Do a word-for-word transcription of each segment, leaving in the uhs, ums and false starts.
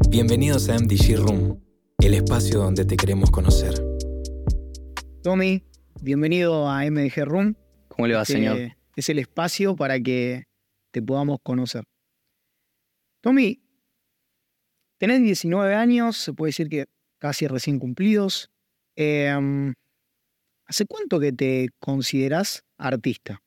Bienvenidos a M D G Room, el espacio donde te queremos conocer. Tommy, bienvenido a M D G Room. ¿Cómo le va, Este señor? Es el espacio para que te podamos conocer. Tommy, tenés diecinueve años, se puede decir que casi recién cumplidos. Eh, ¿Hace cuánto que te considerás artista?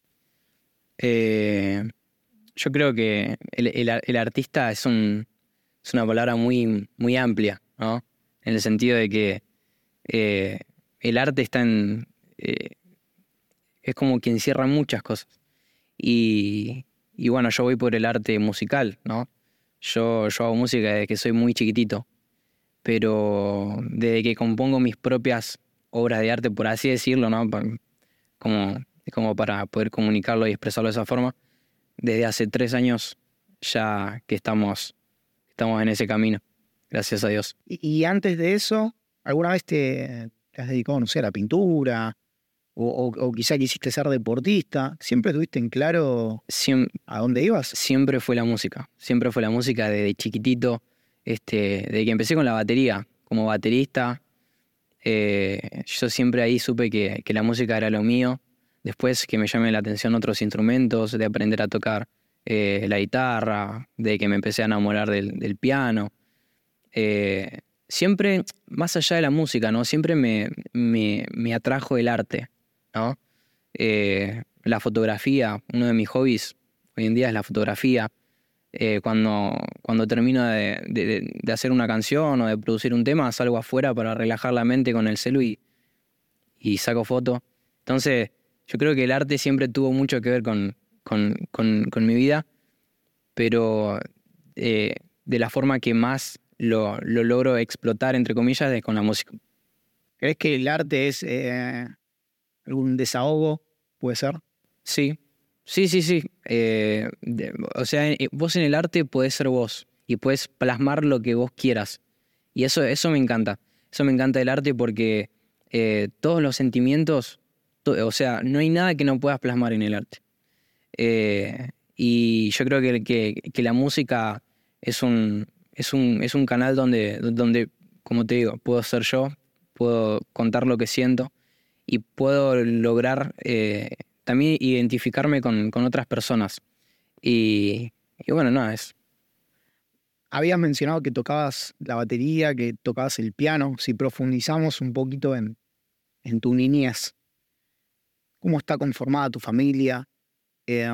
Eh, yo creo que el, el, el artista es, un, es una palabra muy, muy amplia, ¿no? En el sentido de que eh, el arte está en... Eh, es como que encierra muchas cosas. Y, y bueno, yo voy por el arte musical, ¿no? Yo, yo hago música desde que soy muy chiquitito, pero desde que compongo mis propias obras de arte, por así decirlo, ¿no? Como, como para poder comunicarlo y expresarlo de esa forma, desde hace tres años ya que estamos, estamos en ese camino, gracias a Dios. Y, y antes de eso, ¿alguna vez te, te has dedicado, no sé, a la pintura? O, o, o quizá quisiste ser deportista. ¿Siempre tuviste en claro Siem, a dónde ibas? Siempre fue la música, siempre fue la música desde chiquitito, este, desde que empecé con la batería, como baterista. Eh, yo siempre ahí supe que, que la música era lo mío. Después que me llame la atención otros instrumentos, de aprender a tocar eh, la guitarra, de que me empecé a enamorar del, del piano. Eh, siempre, más allá de la música, ¿no? Siempre me, me, me atrajo el arte, ¿no? Eh, la fotografía, uno de mis hobbies hoy en día es la fotografía. Eh, cuando, cuando termino de, de, de hacer una canción o de producir un tema, salgo afuera para relajar la mente con el celu y, y saco fotos. Entonces, yo creo que el arte siempre tuvo mucho que ver con, con, con, con mi vida, pero eh, de la forma que más lo, lo logro explotar, entre comillas, es con la música. ¿Crees que el arte es eh, algún desahogo? ¿Puede ser? Sí, sí, sí, sí. Eh, de, o sea, eh, vos en el arte podés ser vos y podés plasmar lo que vos quieras. Y eso, eso me encanta. Eso me encanta del arte porque eh, todos los sentimientos, to, o sea, no hay nada que no puedas plasmar en el arte. Eh, y yo creo que, que, que la música es un, es un, es un canal donde, donde, como te digo, puedo ser yo, puedo contar lo que siento y puedo lograr eh, también identificarme con, con otras personas. Y, y bueno, nada, es... Habías mencionado que tocabas la batería, que tocabas el piano. Si profundizamos un poquito en, en tu niñez, ¿cómo está conformada tu familia? Eh,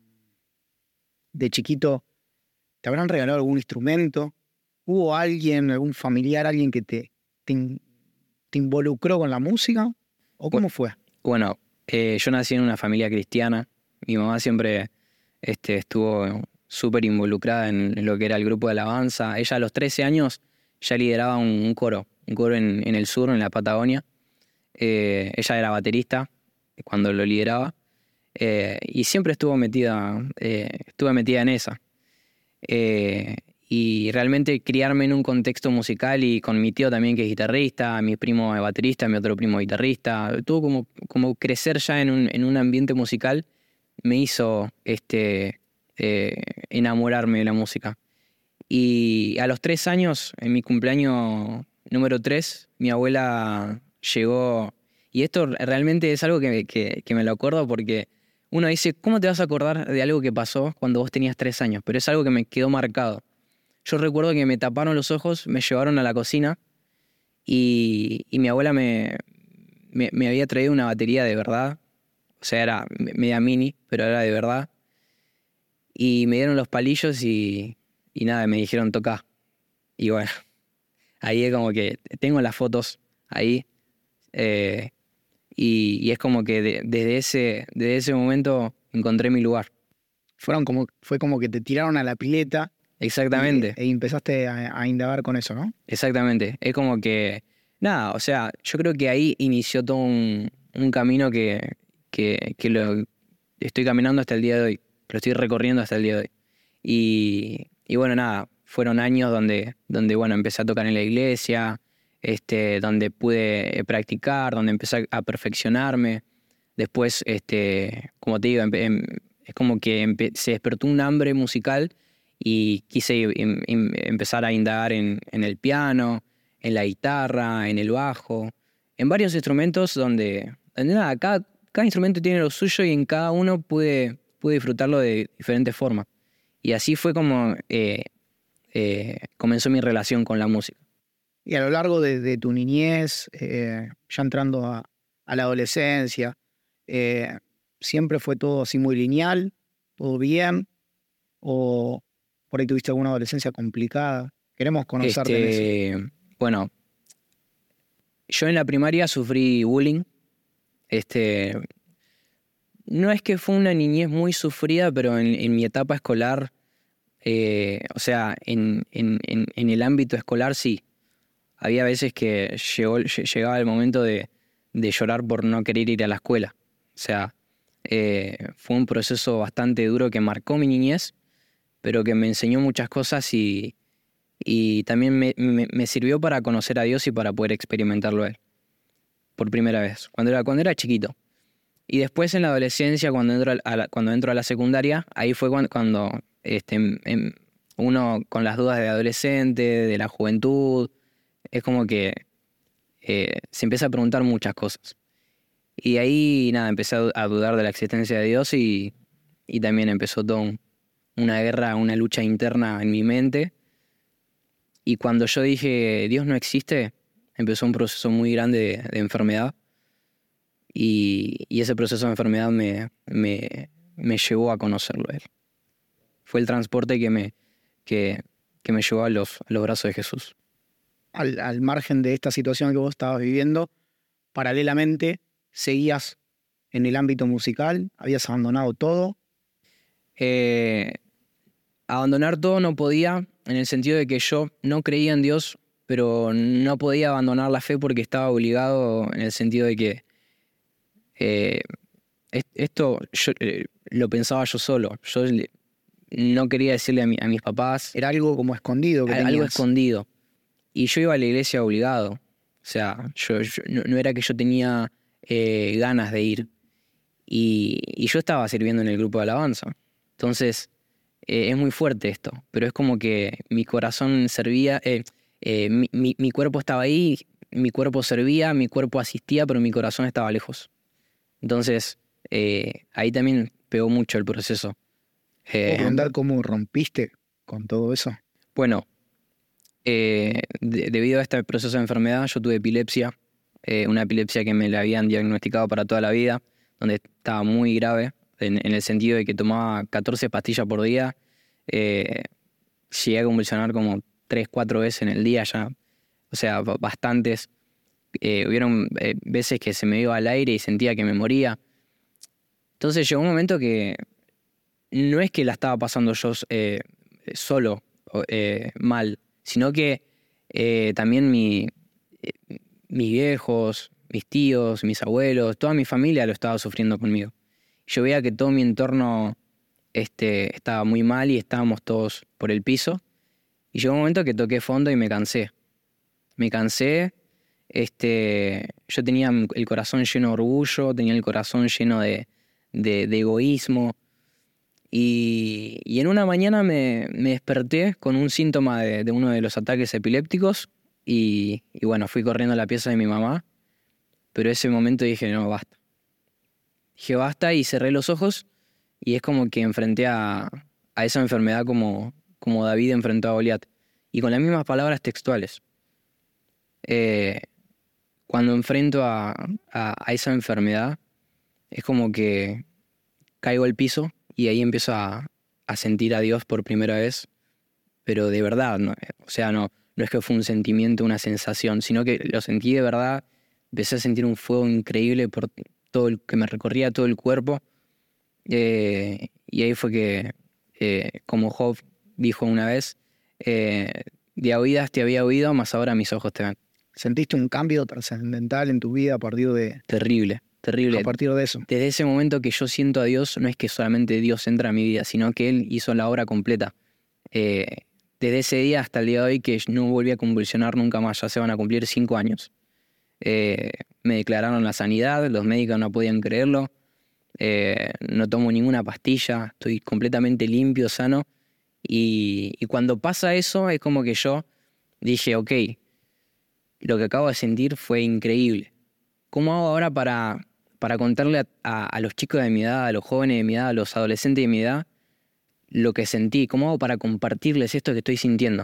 de chiquito, ¿te habrán regalado algún instrumento? ¿Hubo alguien, algún familiar, alguien que te, te, te involucró con la música? ¿O cómo fue? Bueno, eh, yo nací en una familia cristiana. Mi mamá siempre este, estuvo súper involucrada en, en lo que era el grupo de alabanza. Ella a los trece años ya lideraba un, un coro, un coro en, en el sur, en la Patagonia. Eh, ella era baterista cuando lo lideraba. Eh, y siempre estuvo metida, eh, estuve metida en esa. Eh, y realmente criarme en un contexto musical y con mi tío también que es guitarrista, mi primo es baterista, mi otro primo guitarrista, todo como, como crecer ya en un, en un ambiente musical me hizo este, eh, enamorarme de la música. Y a los tres años, en mi cumpleaños número tres, mi abuela llegó, y esto realmente es algo que, que, que me lo acuerdo porque uno dice, ¿cómo te vas a acordar de algo que pasó cuando vos tenías tres años? Pero es algo que me quedó marcado. Yo recuerdo que me taparon los ojos, me llevaron a la cocina y, y mi abuela me, me, me había traído una batería de verdad. O sea, era media mini, pero era de verdad. Y me dieron los palillos y, y nada, me dijeron toca. Y bueno, ahí es como que tengo las fotos ahí. Eh, y, y es como que de, desde, ese, desde ese momento encontré mi lugar. Fueron como, fue como que te tiraron a la pileta. Exactamente. Y, y empezaste a, a indagar con eso, ¿no? Exactamente. Es como que, nada, o sea, yo creo que ahí inició todo un, un camino que, que, que lo estoy caminando hasta el día de hoy. Lo estoy recorriendo hasta el día de hoy. Y, y bueno, nada, fueron años donde, donde, bueno, empecé a tocar en la iglesia, este, donde pude practicar, donde empecé a perfeccionarme. Después, este, como te digo, empe- em- es como que empe- se despertó un hambre musical y quise im- im- empezar a indagar en, en el piano, en la guitarra, en el bajo, en varios instrumentos donde, donde nada, cada, cada instrumento tiene lo suyo y en cada uno pude, pude disfrutarlo de diferentes formas. Y así fue como eh, eh, comenzó mi relación con la música. Y a lo largo de, de tu niñez, eh, ya entrando a, a la adolescencia, eh, ¿siempre fue todo así muy lineal? ¿Todo bien? ¿O por ahí tuviste alguna adolescencia complicada? Queremos conocerte en eso. Este, bueno, yo en la primaria sufrí bullying. Este, no es que fue una niñez muy sufrida, pero en, en mi etapa escolar, eh, o sea, en, en, en, en el ámbito escolar sí. Había veces que llegó, llegaba el momento de, de llorar por no querer ir a la escuela. O sea, eh, fue un proceso bastante duro que marcó mi niñez, pero que me enseñó muchas cosas y, y también me, me, me sirvió para conocer a Dios y para poder experimentarlo a Él. Por primera vez, cuando era, cuando era chiquito. Y después en la adolescencia, cuando entro a la, cuando entro a la secundaria, ahí fue cuando, cuando este, em, uno con las dudas de adolescente, de la juventud, es como que eh, se empieza a preguntar muchas cosas. Y ahí, nada, empecé a, a dudar de la existencia de Dios y, y también empezó toda un, una guerra, una lucha interna en mi mente. Y cuando yo dije, Dios no existe, empezó un proceso muy grande de, de enfermedad. Y, y ese proceso de enfermedad me, me, me llevó a conocerlo a Él. Fue el transporte que me, que, que me llevó a los, a los brazos de Jesús. Al, al margen de esta situación que vos estabas viviendo, paralelamente seguías en el ámbito musical, habías abandonado todo. Eh, abandonar todo no podía, en el sentido de que yo no creía en Dios, pero no podía abandonar la fe porque estaba obligado, en el sentido de que eh, esto yo, eh, lo pensaba yo solo. Yo le, no quería decirle a, mi, a mis papás. Era algo como escondido que a, tenías. Algo escondido. Y yo iba a la iglesia obligado. O sea, yo, yo no, no era que yo tenía eh, ganas de ir. Y, y yo estaba sirviendo en el grupo de alabanza. Entonces, eh, es muy fuerte esto. Pero es como que mi corazón servía, eh, eh, mi, mi, mi cuerpo estaba ahí, mi cuerpo servía, mi cuerpo asistía, pero mi corazón estaba lejos. Entonces, eh, ahí también pegó mucho el proceso. ¿Puedo Eh, preguntar cómo rompiste con todo eso? bueno, eh, de, debido a este proceso de enfermedad, yo tuve epilepsia, eh, una epilepsia que me la habían diagnosticado para toda la vida, donde estaba muy grave, en, en el sentido de que tomaba catorce pastillas por día, eh, llegué a convulsionar como tres, cuatro veces en el día ya, o sea, bastantes. Eh, hubieron eh, veces que se me iba al aire y sentía que me moría. Entonces llegó un momento que no es que la estaba pasando yo eh, solo, eh, mal, sino que eh, también mi, eh, mis viejos, mis tíos, mis abuelos, toda mi familia lo estaba sufriendo conmigo. Yo veía que todo mi entorno este, estaba muy mal y estábamos todos por el piso. Y llegó un momento que toqué fondo y me cansé. Me cansé. Este, yo tenía el corazón lleno de orgullo, tenía el corazón lleno de, de, de egoísmo. Y, y en una mañana me, me desperté con un síntoma de, de uno de los ataques epilépticos y, y bueno, fui corriendo a la pieza de mi mamá, pero ese momento dije, no, basta. Dije, basta y cerré los ojos y es como que enfrenté a, a esa enfermedad como, como David enfrentó a Goliat y con las mismas palabras textuales. Eh, cuando enfrento a, a, a esa enfermedad es como que caigo al piso y ahí empiezo a, a sentir a Dios por primera vez, pero de verdad, ¿no? O sea, no, no es que fue un sentimiento, una sensación, sino que lo sentí de verdad, empecé a sentir un fuego increíble por todo el, que me recorría todo el cuerpo, eh, y ahí fue que, eh, como Job dijo una vez, eh, de oídas te había oído, mas ahora mis ojos te ven. ¿Sentiste un cambio trascendental en tu vida a partir de, Terrible, terrible. a partir de eso? Desde ese momento que yo siento a Dios, no es que solamente Dios entra a mi vida, sino que Él hizo la obra completa. Eh, desde ese día hasta el día de hoy que no volví a convulsionar nunca más, ya se van a cumplir cinco años. Eh, me declararon la sanidad, los médicos no podían creerlo, eh, no tomo ninguna pastilla, estoy completamente limpio, sano, Y, y cuando pasa eso, es como que yo dije, ok, lo que acabo de sentir fue increíble. ¿Cómo hago ahora para, para contarle a, a, a los chicos de mi edad, a los jóvenes de mi edad, a los adolescentes de mi edad, lo que sentí? ¿Cómo hago para compartirles esto que estoy sintiendo?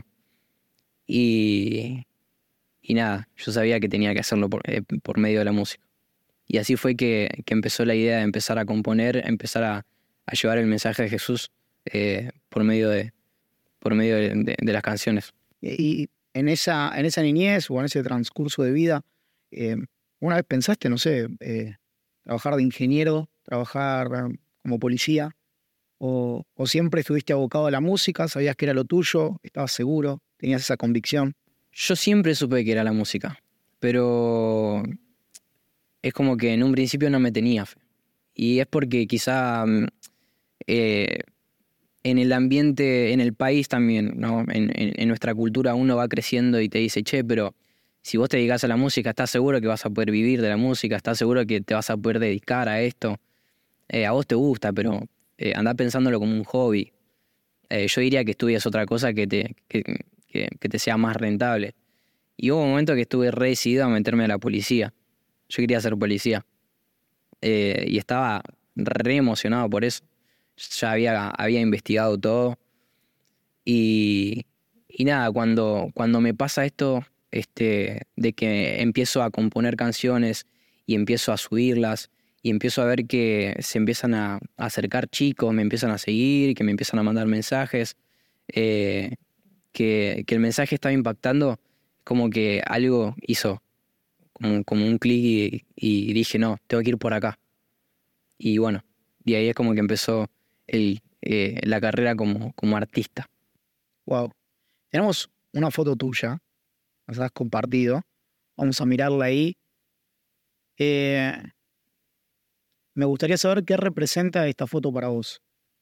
Y, y nada, yo sabía que tenía que hacerlo por, eh, por medio de la música. Y así fue que, que empezó la idea de empezar a componer, empezar a, a llevar el mensaje de Jesús eh, por medio, de, por medio de, de, de las canciones. Y en esa, en esa niñez o en ese transcurso de vida, eh, ¿una vez pensaste, no sé, eh, trabajar de ingeniero, trabajar eh, como policía? O, ¿O siempre estuviste abocado a la música? ¿Sabías que era lo tuyo? ¿Estabas seguro? ¿Tenías esa convicción? Yo siempre supe que era la música, pero es como que en un principio no me tenía fe. Y es porque quizá eh, en el ambiente, en el país también, ¿no? En, en, en nuestra cultura uno va creciendo y te dice, che, pero si vos te dedicás a la música, ¿estás seguro que vas a poder vivir de la música? ¿Estás seguro que te vas a poder dedicar a esto? Eh, a vos te gusta, pero eh, andá pensándolo como un hobby. Eh, yo diría que estudies otra cosa que te, que, que, que te sea más rentable. Y hubo un momento que estuve re decidido a meterme a la policía. Yo quería ser policía. Eh, y estaba re emocionado por eso. Ya había, había investigado todo. Y, y nada, cuando, cuando me pasa esto, este, de que empiezo a componer canciones y empiezo a subirlas y empiezo a ver que se empiezan a acercar chicos, me empiezan a seguir, que me empiezan a mandar mensajes, eh, que, que el mensaje estaba impactando, como que algo hizo como, como un clic y, y dije, no, tengo que ir por acá. Y bueno, y ahí es como que empezó el, eh, la carrera como, como artista. Wow. Tenemos una foto tuya, nos has compartido. Vamos a mirarla ahí. Eh, me gustaría saber qué representa esta foto para vos.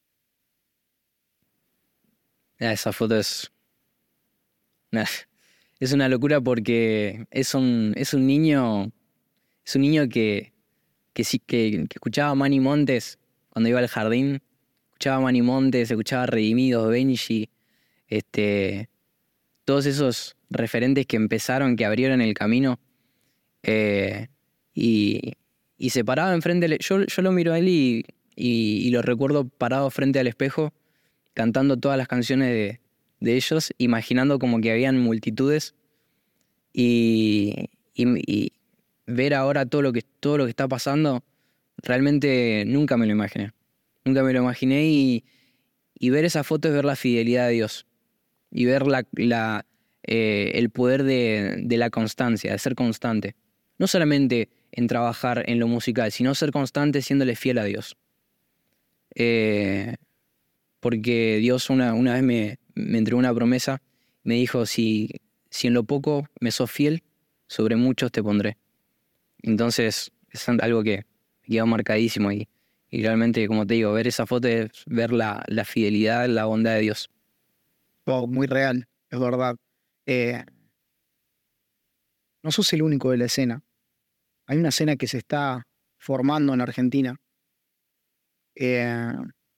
Ah, esa foto es, nah, es una locura porque es un, es un niño, es un niño que, que, sí, que, que escuchaba a Manny Montes cuando iba al jardín, escuchaba a Manny Montes, escuchaba a Redimidos, Benji, este, todos esos referentes que empezaron, que abrieron el camino, eh, y, y se paraba enfrente, del- yo, yo lo miro a él y, y, y lo recuerdo parado frente al espejo, cantando todas las canciones de, de ellos, imaginando como que habían multitudes y, y, y ver ahora todo lo que, todo lo que está pasando, realmente nunca me lo imaginé. Nunca me lo imaginé y, y ver esa foto es ver la fidelidad de Dios y ver la, la, eh, el poder de, de la constancia, de ser constante. No solamente en trabajar en lo musical, sino ser constante siéndole fiel a Dios. Eh, porque Dios una, una vez me, me entregó una promesa, me dijo, si, si en lo poco me sos fiel, sobre muchos te pondré. Entonces es algo que quedó marcadísimo y, y realmente, como te digo, ver esa foto es ver la, la fidelidad, la bondad de Dios. Wow, muy real, es verdad. Eh, no sos el único de la escena. Hay una escena que se está formando en Argentina. Eh,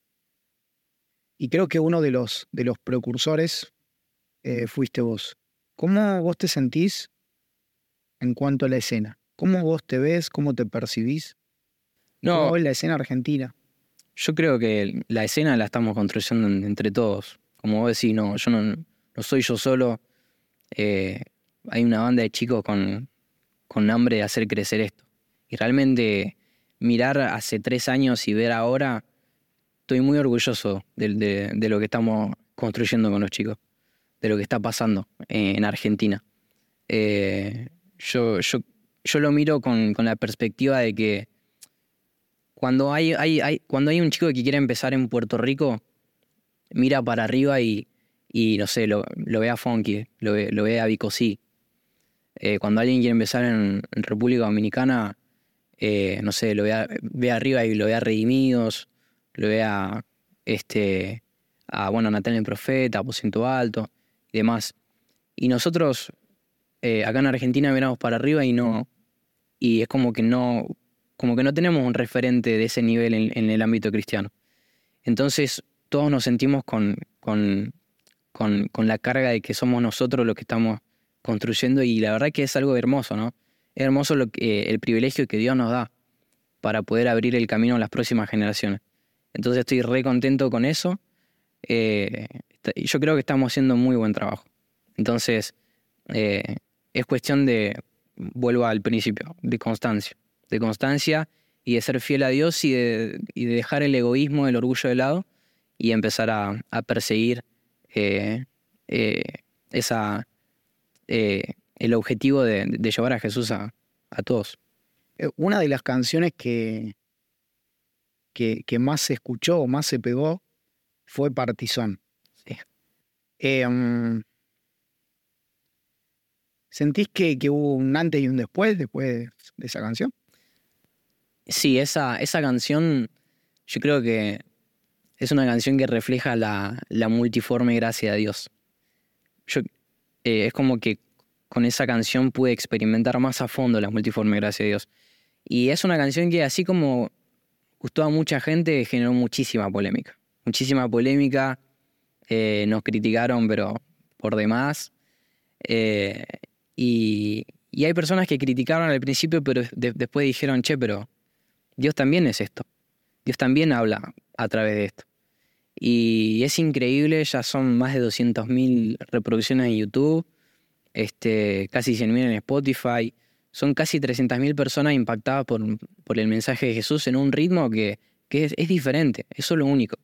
y creo que uno de los, de los precursores eh, fuiste vos. ¿Cómo vos te sentís en cuanto a la escena? ¿Cómo vos te ves? ¿Cómo te percibís? ¿Y cómo No, ves la escena argentina? yo creo que la escena la estamos construyendo en- entre todos. Como vos decís, no, yo no, no soy yo solo. Eh, hay una banda de chicos con, con hambre de hacer crecer esto. Y realmente mirar hace tres años y ver ahora, estoy muy orgulloso de, de- de lo que estamos construyendo con los chicos, de lo que está pasando eh, en Argentina. Eh, yo, yo, yo lo miro con, con la perspectiva de que cuando hay, hay, hay, cuando hay un chico que quiere empezar en Puerto Rico, mira para arriba y, y no sé, lo, lo ve a Funky, lo ve, lo ve a Vico C. Eh, cuando alguien quiere empezar en, en República Dominicana, eh, no sé, lo ve, a- ve arriba y lo ve a Redimidos, lo ve a, este, a bueno, Natalia el Profeta, Aposento Alto y demás. Y nosotros, eh, acá en Argentina, miramos para arriba y no, y es como que no, como que no tenemos un referente de ese nivel en, en el ámbito cristiano. Entonces, todos nos sentimos con, con, con, con la carga de que somos nosotros los que estamos construyendo, y la verdad que es algo hermoso, ¿no? Es hermoso lo que, el privilegio que Dios nos da para poder abrir el camino a las próximas generaciones. Entonces estoy re contento con eso. Eh, yo creo que estamos haciendo muy buen trabajo. Entonces, eh, es cuestión de, vuelvo al principio, de constancia. De constancia y de ser fiel a Dios y de, y de dejar el egoísmo, el orgullo de lado y empezar a, a perseguir eh, eh, esa, eh, el objetivo de, de llevar a Jesús a, a todos. Eh, Una de las canciones que, que, que más se escuchó o más se pegó fue Partizón. Sí. Eh, um, ¿Sentís que, que hubo un antes y un después, después de esa canción? Sí, esa, esa canción yo creo que es una canción que refleja la, la multiforme gracia de Dios. Yo, eh, es como que con esa canción pude experimentar más a fondo la multiforme gracia de Dios. Y es una canción que, así como gustó a mucha gente, generó muchísima polémica. Muchísima polémica, eh, nos criticaron, pero por demás. Eh, y, y hay personas que criticaron al principio, pero de, después dijeron, che, pero Dios también es esto. Dios también habla a través de esto. Y es increíble, ya son más de doscientas mil reproducciones en YouTube, este, casi cien mil en Spotify. Son casi trescientas mil personas impactadas por, por el mensaje de Jesús en un ritmo que, que es, es diferente, eso es lo único.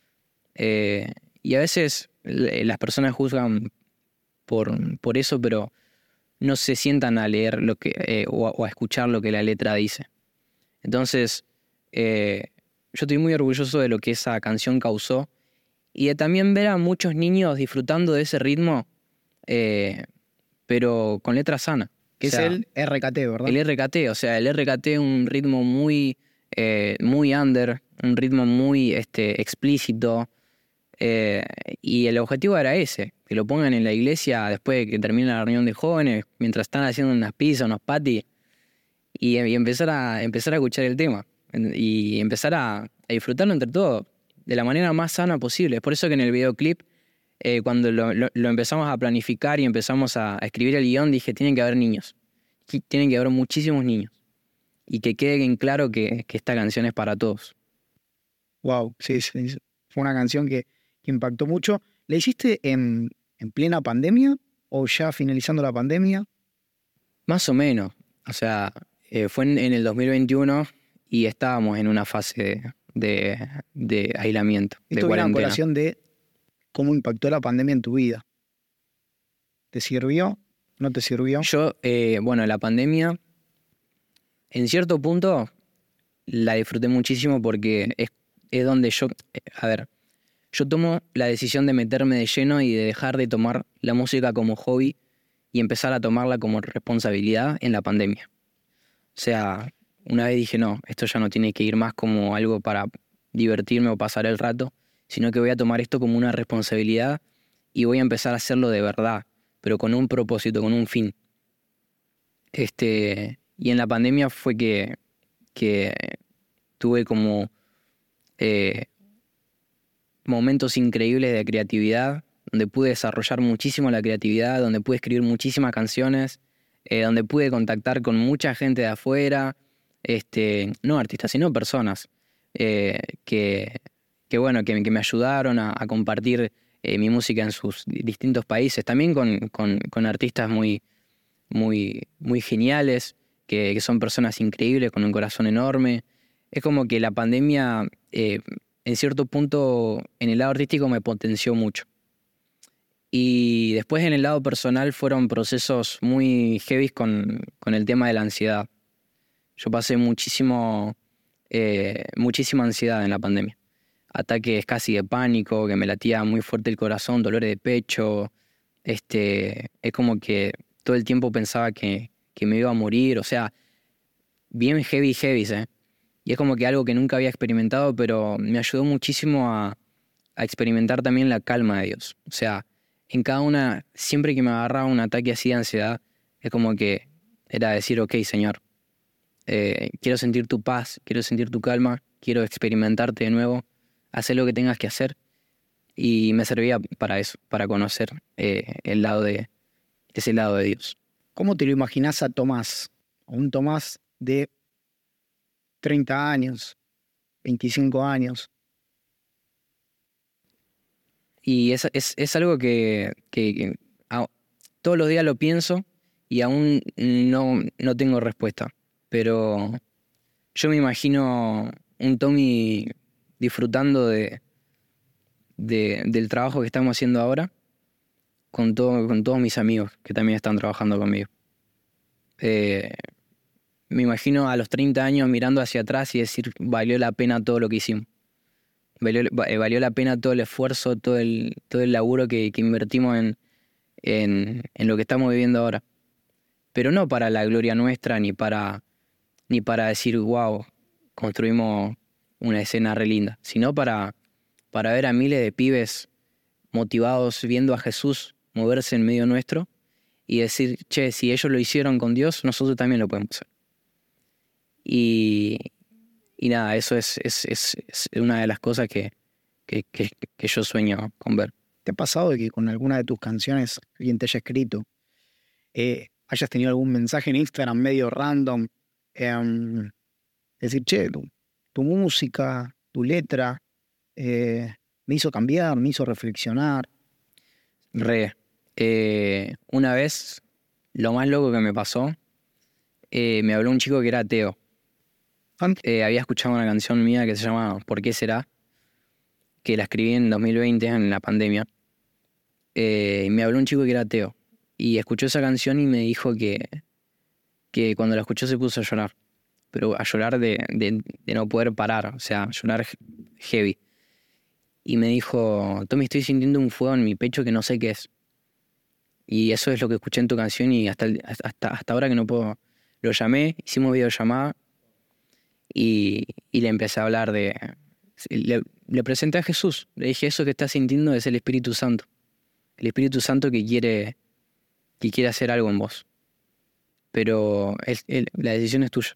Eh, y a veces las personas juzgan por, por eso, pero no se sientan a leer lo que, eh, o, a, o a escuchar lo que la letra dice. Entonces, eh, yo estoy muy orgulloso de lo que esa canción causó y de también ver a muchos niños disfrutando de ese ritmo, eh, pero con letra sana. Que O sea, es el R K T, ¿verdad? el R K T, o sea, el R K T es un ritmo muy, eh, muy under, un ritmo muy este, explícito, eh, y el objetivo era ese, que lo pongan en la iglesia después de que termine la reunión de jóvenes, mientras están haciendo unas pizzas, unos patis, y, y empezar, a, empezar a escuchar el tema, y empezar a, a disfrutarlo entre todos, de la manera más sana posible. Es por eso que en el videoclip, eh, cuando lo, lo, lo empezamos a planificar y empezamos a, a escribir el guión, dije, tienen que haber niños. Tienen que haber muchísimos niños. Y que quede en claro que, que esta canción es para todos. Wow, sí, sí, sí. Fue una canción que, que impactó mucho. ¿La hiciste en, en plena pandemia o ya finalizando la pandemia? Más o menos. O sea, eh, fue en, en el dos mil veintiuno y estábamos en una fase de, de, de aislamiento, de Esto viene a cuarentena. colación de cómo impactó la pandemia en tu vida. ¿Te sirvió? ¿No te sirvió? Yo, eh, bueno, la pandemia, en cierto punto, la disfruté muchísimo porque es, es donde yo, eh, a ver, yo tomo la decisión de meterme de lleno y de dejar de tomar la música como hobby y empezar a tomarla como responsabilidad en la pandemia. O sea, una vez dije, no, esto ya no tiene que ir más como algo para divertirme o pasar el rato, sino que voy a tomar esto como una responsabilidad y voy a empezar a hacerlo de verdad, pero con un propósito, con un fin. Este, y en la pandemia fue que, que tuve como eh, momentos increíbles de creatividad, donde pude desarrollar muchísimo la creatividad, donde pude escribir muchísimas canciones, eh, donde pude contactar con mucha gente de afuera, este, no artistas, sino personas eh, que, que, bueno, que, que me ayudaron a, a compartir eh, mi música en sus distintos países, también con, con, con artistas muy, muy, muy geniales, que, que son personas increíbles, con un corazón enorme. Es como que la pandemia, eh, en cierto punto, en el lado artístico me potenció mucho. Y después en el lado personal fueron procesos muy heavy con, con el tema de la ansiedad. Yo pasé muchísimo, eh, muchísima ansiedad en la pandemia. Ataques casi de pánico, que me latía muy fuerte el corazón, dolores de pecho. Este, es como que todo el tiempo pensaba que, que me iba a morir. O sea, bien heavy, heavy, ¿eh? Y es como que algo que nunca había experimentado, pero me ayudó muchísimo a, a experimentar también la calma de Dios. O sea, en cada una, siempre que me agarraba un ataque así de ansiedad, es como que era decir, ok, Señor, eh, quiero sentir tu paz, quiero sentir tu calma, quiero experimentarte de nuevo, hacer lo que tengas que hacer. Y me servía para eso, para conocer eh, el lado de, ese lado de Dios. ¿Cómo te lo imaginás a Tomás? A un Tomás de treinta años, veinticinco años. Y es, es, es algo que, que, que a- todos los días lo pienso y aún no, no tengo respuesta. Pero yo me imagino un Tommy disfrutando de, de- del trabajo que estamos haciendo ahora con, todo, con todos mis amigos que también están trabajando conmigo. Eh, me imagino a los treinta años mirando hacia atrás y decir, valió la pena todo lo que hicimos. Valió, va- eh, valió la pena todo el esfuerzo, todo el, todo el laburo que, que invertimos en, en, en lo que estamos viviendo ahora. Pero no para la gloria nuestra, ni para, ni para decir, wow, construimos una escena re linda, sino para, para ver a miles de pibes motivados viendo a Jesús moverse en medio nuestro y decir, che, si ellos lo hicieron con Dios, nosotros también lo podemos hacer. Y, y nada, eso es, es, es, es una de las cosas que, que, que, que yo sueño con ver. ¿Te ha pasado de que con alguna de tus canciones alguien te haya escrito, eh, hayas tenido algún mensaje en Instagram medio random? em, decir, che, tu, tu música, tu letra, eh, me hizo cambiar, me hizo reflexionar. Re. Eh, una vez, lo más loco que me pasó, eh, me habló un chico que era ateo. Ah, Eh, había escuchado una canción mía que se llama ¿Por qué será? Que la escribí en dos mil veinte, en la pandemia. Eh, y me habló un chico que era ateo. Y escuchó esa canción y me dijo que, que cuando la escuchó se puso a llorar. Pero a llorar de, de, de no poder parar, o sea, llorar heavy. Y me dijo, Tommy, estoy sintiendo un fuego en mi pecho que no sé qué es. Y eso es lo que escuché en tu canción y hasta, el- hasta, hasta ahora que no puedo... Lo llamé, hicimos videollamada y, y le empecé a hablar de... Le, le presenté a Jesús, le dije, eso que estás sintiendo es el Espíritu Santo. El Espíritu Santo que quiere, que quiere hacer algo en vos. Pero él- él- la decisión es tuya.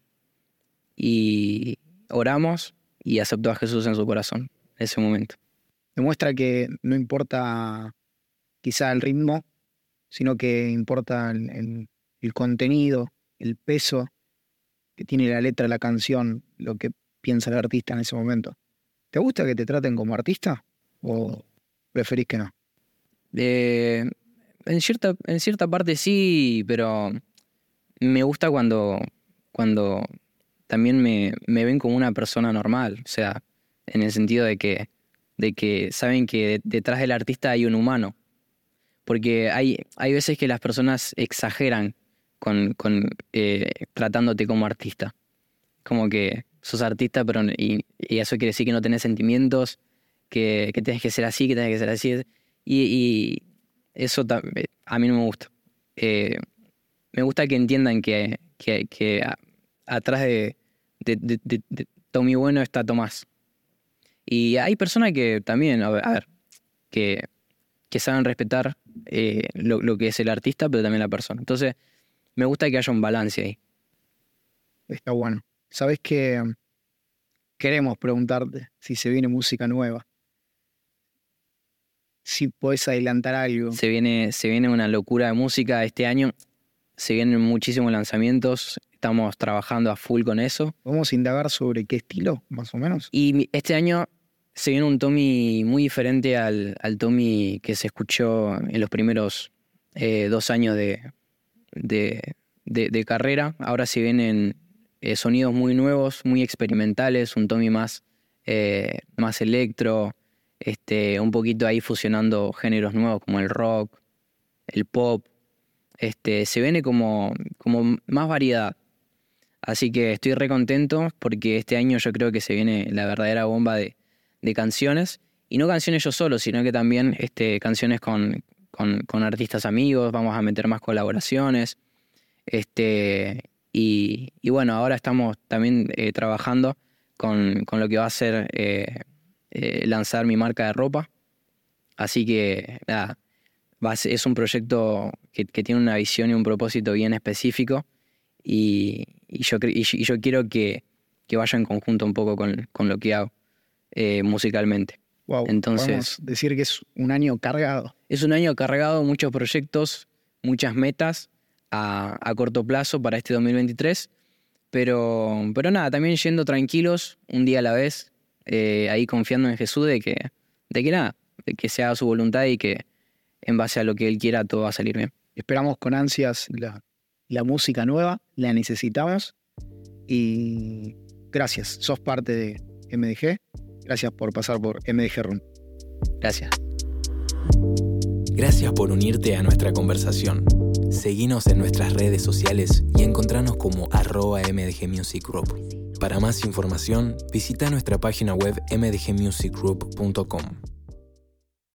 Y oramos y aceptó a Jesús en su corazón en ese momento. demuestra que no importa quizá el ritmo, sino que importa el, el- el contenido, el peso que tiene la letra de la canción, lo que piensa el artista en ese momento. ¿Te gusta que te traten como artista o preferís que no? Eh, en cierta, en cierta parte sí, pero me gusta cuando, cuando también me, me ven como una persona normal. O sea, en el sentido de que, de que saben que de- detrás del artista hay un humano. Porque hay, hay veces que las personas exageran con, con eh, tratándote como artista. Como que sos artista, pero n- y, y eso quiere decir que no tenés sentimientos, que, que tenés que ser así, que tenés que ser así. Y, y eso ta- eh, a mí no me gusta. Eh, me gusta que entiendan que, que, que a- atrás de, de, de, de- de Tommy Bueno está Tomás. Y hay personas que también, a ver, a ver, que, que saben respetar eh, lo, lo que es el artista, pero también la persona. Entonces, me gusta que haya un balance ahí. Está bueno. Sabés que mm, queremos preguntarte si se viene música nueva, si podés adelantar algo. Se viene, se viene una locura de música este año. Se vienen muchísimos lanzamientos. Estamos trabajando a full con eso. Vamos a indagar sobre qué estilo, más o menos. Y mi- este año se viene un Tommy muy diferente al, al Tommy que se escuchó en los primeros eh, dos años de, de, de- de carrera. Ahora se vienen eh, sonidos muy nuevos, muy experimentales, un Tommy más, eh, más electro, este, un poquito ahí fusionando géneros nuevos como el rock, el pop. Este, se viene como, como más variedad. Así que estoy re contento porque este año yo creo que se viene la verdadera bomba de, de canciones. Y no canciones yo solo, sino que también este, canciones con, con, con artistas amigos. Vamos a meter más colaboraciones. Este, y, y bueno, ahora estamos también eh, trabajando con, con lo que va a ser eh, eh, lanzar mi marca de ropa. Así que nada, va a ser- es un proyecto que, que tiene una visión y un propósito bien específico. Y, y yo, cre- y, yo y yo quiero que, que vaya en conjunto un poco con, con lo que hago eh, musicalmente. Wow, Entonces, podemos decir que es un año cargado. es un año cargado, muchos proyectos, muchas metas a, a corto plazo para este dos mil veintitrés. Pero, pero nada, también yendo tranquilos, un día a la vez, eh, ahí confiando en Jesús de que, de que nada, de que se haga su voluntad y que en base a lo que Él quiera todo va a salir bien. Esperamos con ansias la, la música nueva, la necesitamos. Y gracias, sos parte de M D G. Gracias por pasar por M D G Room. Gracias. Gracias por unirte a nuestra conversación. Seguinos en nuestras redes sociales y encontranos como arroba M D G Music Group. Para más información, visita nuestra página web m d g music group punto com.